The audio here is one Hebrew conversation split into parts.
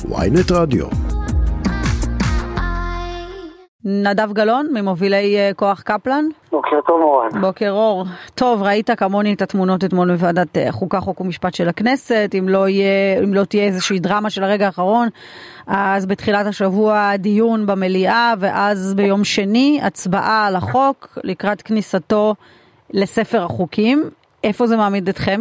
ynet רדיו. נדב גלאון, ממובילי כוח קפלן. בוקר טוב מורן. בוקר אור. טוב, ראית כמוני את התמונות אתמול בוועדת חוקה, חוק ומשפט של הכנסת. אם לא תהיה איזושהי דרמה של הרגע האחרון, אז בתחילת השבוע דיון במליאה, ואז ביום שני הצבעה על החוק לקראת כניסתו לספר החוקים. איפה זה מעמיד אתכם?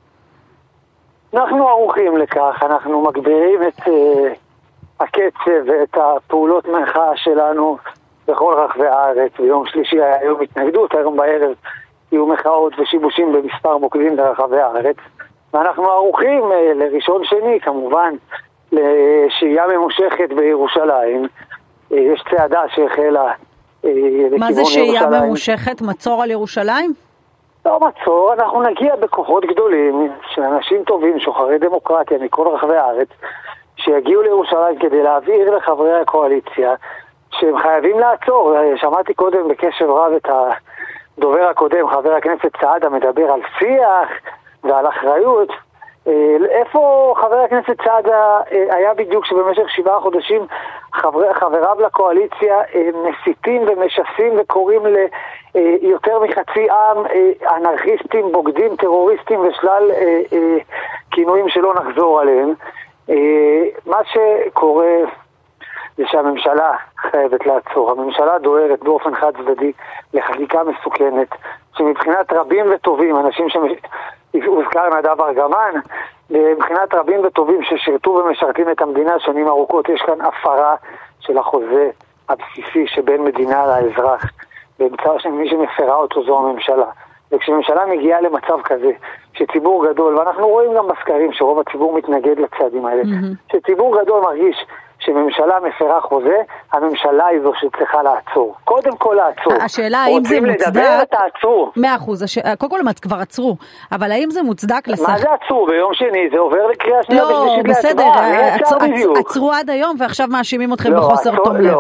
אנחנו ערוכים לכך, אנחנו מגבירים את הקצב ואת הפעולות מחאה שלנו בכל רחבי הארץ. ביום שלישי היה יום התנגדות, היום בערב יהיו מחאות ושיבושים במספר מוקדים ברחבי הארץ, ואנחנו ערוכים לראשון שני כמובן לשהייה ממושכת בירושלים. יש צעדה שהחלה לכיוון ירושלים. מה זה שהייה ממושכת? מצור על ירושלים? לא מצור, אנחנו נגיע בכוחות גדולים של אנשים טובים, שוחרי דמוקרטיה מכל רחבי הארץ, שיגיעו לירושלים כדי להעביר לחברי הקואליציה שהם חייבים לעצור. שמעתי קודם בקשב רב את הדובר הקודם, חבר הכנסת סעדה, מדבר על שיח ועל אחריות. איפה חבר הכנסת סעדה היה בדיוק שבמשך 7 חודשים חבריו לקואליציה מסיתים ומשסים וקוראים ליותר מחצי עם אנרכיסטים, בוגדים, טרוריסטים ושלל כינויים שלא נחזור עליהם? מה שקורה זה שהממשלה חייבת לעצור. הממשלה דוהרת באופן חד צדדי לחקיקה מסוכנת, שמבחינת רבים וטובים, אנשים שהוזכר נדב ארגמן, מבחינת רבים וטובים ששירתו ומשרתים את המדינה שנים ארוכות, יש כאן הפרה של החוזה הבסיסי שבין מדינה לאזרח, באמצע שמי שמפרה אותו זו הממשלה. וכשממשלה מגיעה למצב כזה, שציבור גדול, ואנחנו רואים גם בסקרים שרוב הציבור מתנגד לצעדים האלה, שציבור גדול מרגיש שממשלה מפרה חוזה, הממשלה היא זו שצריכה לעצור. קודם כל לעצור. השאלה האם זה מוצדק... רוצים לדבר, תעצרו. 100%. קודם כל כבר עצרו, אבל האם זה מוצדק מה זה עצרו? ביום שני זה עובר לקריאה שנייה ושלישית להצבעה. בסדר, עצרו עד היום ועכשיו מאשימים אתכם בחוסר תום לב.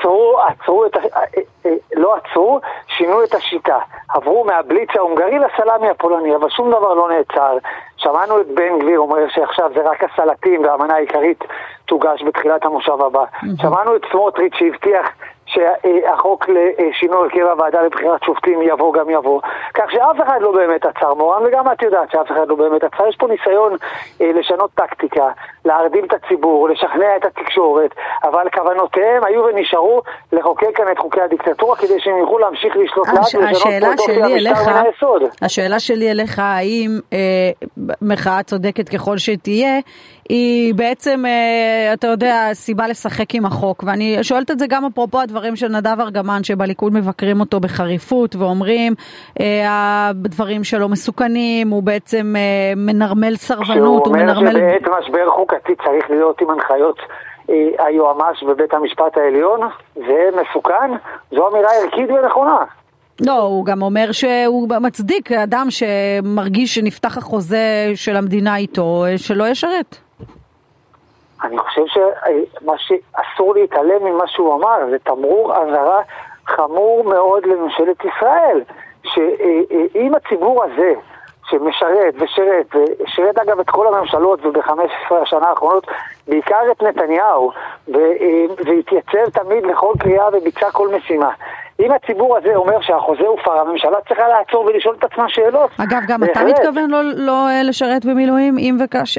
לא עצרו, שינו את השיטה. עברו מהבליץ ההונגרי לסלמי הפולני, אבל שום דבר לא נעצר. שמענו את בן גביר אומר שעכשיו זה רק הסלטים והמנה העיקרית תוגש בתחילת המושב הבא. שמענו את סמוטריץ' שהבטיח שהחוק לשינוי הרכב הוועדה לבחירת שופטים יבוא גם יבוא. כך שאף אחד לא באמת עצר מורן, וגם את יודעת שאף אחד לא באמת עצר. יש פה ניסיון לשנות טקטיקה, להרדים את הציבור, לשכנע את התקשורת, אבל כוונותיהם היו ונשארו לחוקק כאן את חוקי הדיקטטורה כדי שהם יוכלו להמשיך לשלוט לאט ולשנות פה דופי המשטר מן היסוד. השאלה שלי אליך, האם מחאה צודקת ככל שתהיה, היא בעצם, אתה יודע, סיבה לשחק עם החוק, ואני שואלת את זה גם אפרופו הדברים של נדב ארגמן, שבליכוד מבקרים אותו בחריפות, ואומרים, הדברים שלו מסוכנים, הוא בעצם מנרמל סרבנות, הוא אומר שבעת משבר חוקתי צריך להיות עם הנחיות היועמ"ש בבית המשפט העליון, זה מסוכן, זו אמירה ערכית ונכונה. לא, הוא גם אומר שהוא מצדיק אדם שמרגיש שנפתח החוזה של המדינה איתו, שלא ישרת. אני חושב שמה שאסור להתעלם ממה שהוא אמר, זה תמרור אזהרה חמור מאוד לממשלת ישראל, שאם הציבור הזה שמשרת ושרת, ושרת אגב את כל הממשלות וב-15 השנה האחרונות, בעיקר את נתניהו, והתייצב תמיד לכל קריאה וביצע כל משימה. אם הציבור הזה אומר שהחוזה הופר, הממשלה צריכה לעצור ולשאול את עצמה שאלות. אגב, גם אתה מתכוון לא לשרת במילואים, אם וכאשר?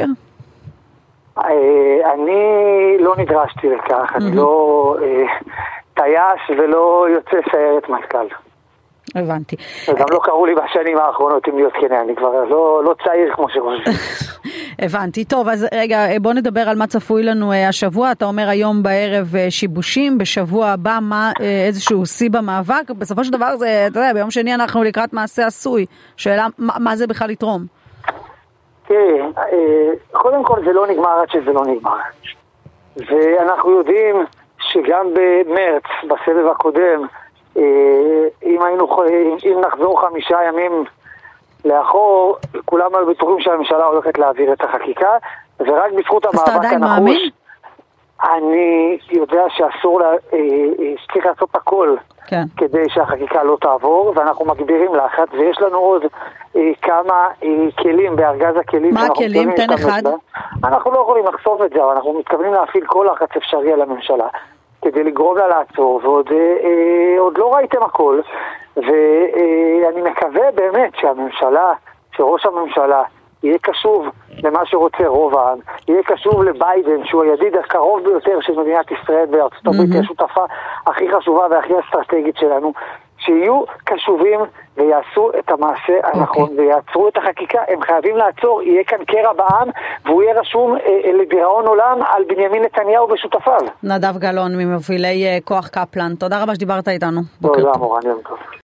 אני לא נדרשתי לכך, אני לא טייס ולא יוצא סיירת מטכ"ל. הבנתי. וגם לא קראו לי בשנים האחרונות, אם להיות כנה, אני כבר לא צעיר כמו שחושבים. הבנתי. טוב, אז רגע, בוא נדבר על מה צפוי לנו השבוע. אתה אומר היום בערב שיבושים, בשבוע הבא איזשהו שיא במאבק. בסופו של דבר זה, אתה יודע, ביום שני אנחנו לקראת מעשה עשוי. שאלה, מה זה בכלל לתרום? תראי, קודם כל זה לא נגמר עד שזה לא נגמר. ואנחנו יודעים שגם במרץ, בסבב הקודם, אם נחזור 5 ימים לאחור, כולם היו בטוחים שהממשלה הולכת להעביר את החקיקה, ורק בזכות המאבק הנחוש, אני יודע שצריך לעשות הכל כן. כדי שהחקיקה לא תעבור, ואנחנו מגבירים לחץ, ויש לנו עוד כמה כלים בארגז הכלים. מה הכלים? תן אחד. אנחנו לא יכולים לחשוף את זה, אבל אנחנו מתכוונים להפעיל כל לחץ אפשרי על הממשלה, כדי לגרום לה לעצור, ועוד לא ראיתם הכל, ואני מקווה באמת שהממשלה, שראש הממשלה, יהיה קשוב למה שרוצה רוב העם, יהיה קשוב לביידן, שהוא הידיד הקרוב ביותר של מדינת ישראל בארצות הברית, היא השותפה הכי חשובה והכי אסטרטגית שלנו, שיהיו קשובים ויעשו את המעשה הנכון ויעצרו את החקיקה. הם חייבים לעצור, יהיה כאן קרע בעם, והוא יהיה רשום לדיראון עולם על בנימין נתניהו ושותפיו. נדב גלאון ממובילי כוח קפלן, תודה רבה שדיברת איתנו. תודה מורן, יום טוב.